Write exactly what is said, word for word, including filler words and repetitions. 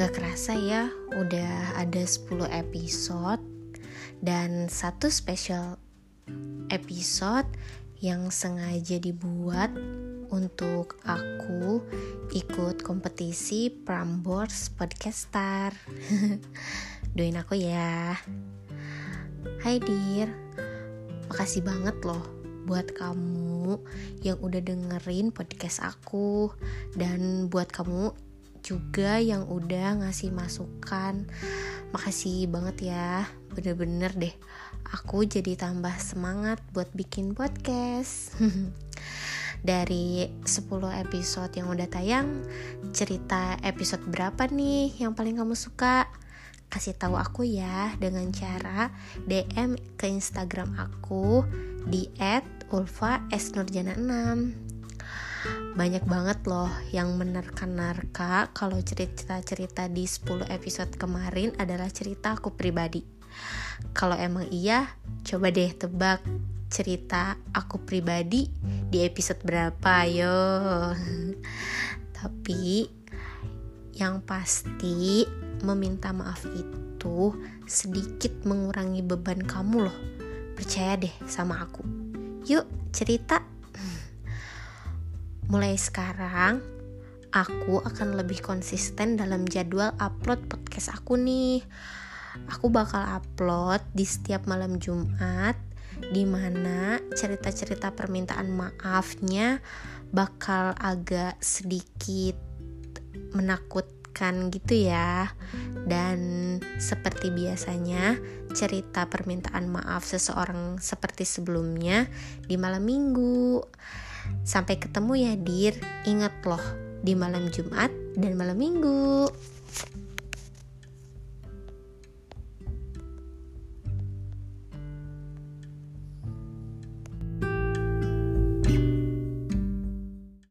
Gak kerasa ya, udah ada sepuluh episode dan satu special episode yang sengaja dibuat untuk aku ikut kompetisi Prambors Podcaster. Doain aku ya. Hai Dir, makasih banget loh buat kamu yang udah dengerin podcast aku, dan buat kamu juga yang udah ngasih masukan. Makasih banget ya, bener-bener deh aku jadi tambah semangat buat bikin podcast. Dari sepuluh episode yang udah tayang, cerita episode berapa nih yang paling kamu suka? Kasih tahu aku ya dengan cara D M ke Instagram aku di et ulfa es nurjana enam. Banyak banget loh yang menerka-nerka kalau cerita-cerita di sepuluh episode kemarin adalah cerita aku pribadi. Kalau emang iya, coba deh tebak cerita aku pribadi di episode berapa, yo. Tapi yang pasti meminta maaf itu sedikit mengurangi beban kamu loh. Percaya deh sama aku. Yuk cerita. Mulai sekarang, aku akan lebih konsisten dalam jadwal upload podcast aku nih. Aku bakal upload di setiap malam Jumat, di mana cerita-cerita permintaan maafnya bakal agak sedikit menakutkan gitu ya. Dan seperti biasanya, cerita permintaan maaf seseorang seperti sebelumnya di malam minggu. Sampai ketemu ya Dir. Ingat loh, di malam Jumat dan malam Minggu.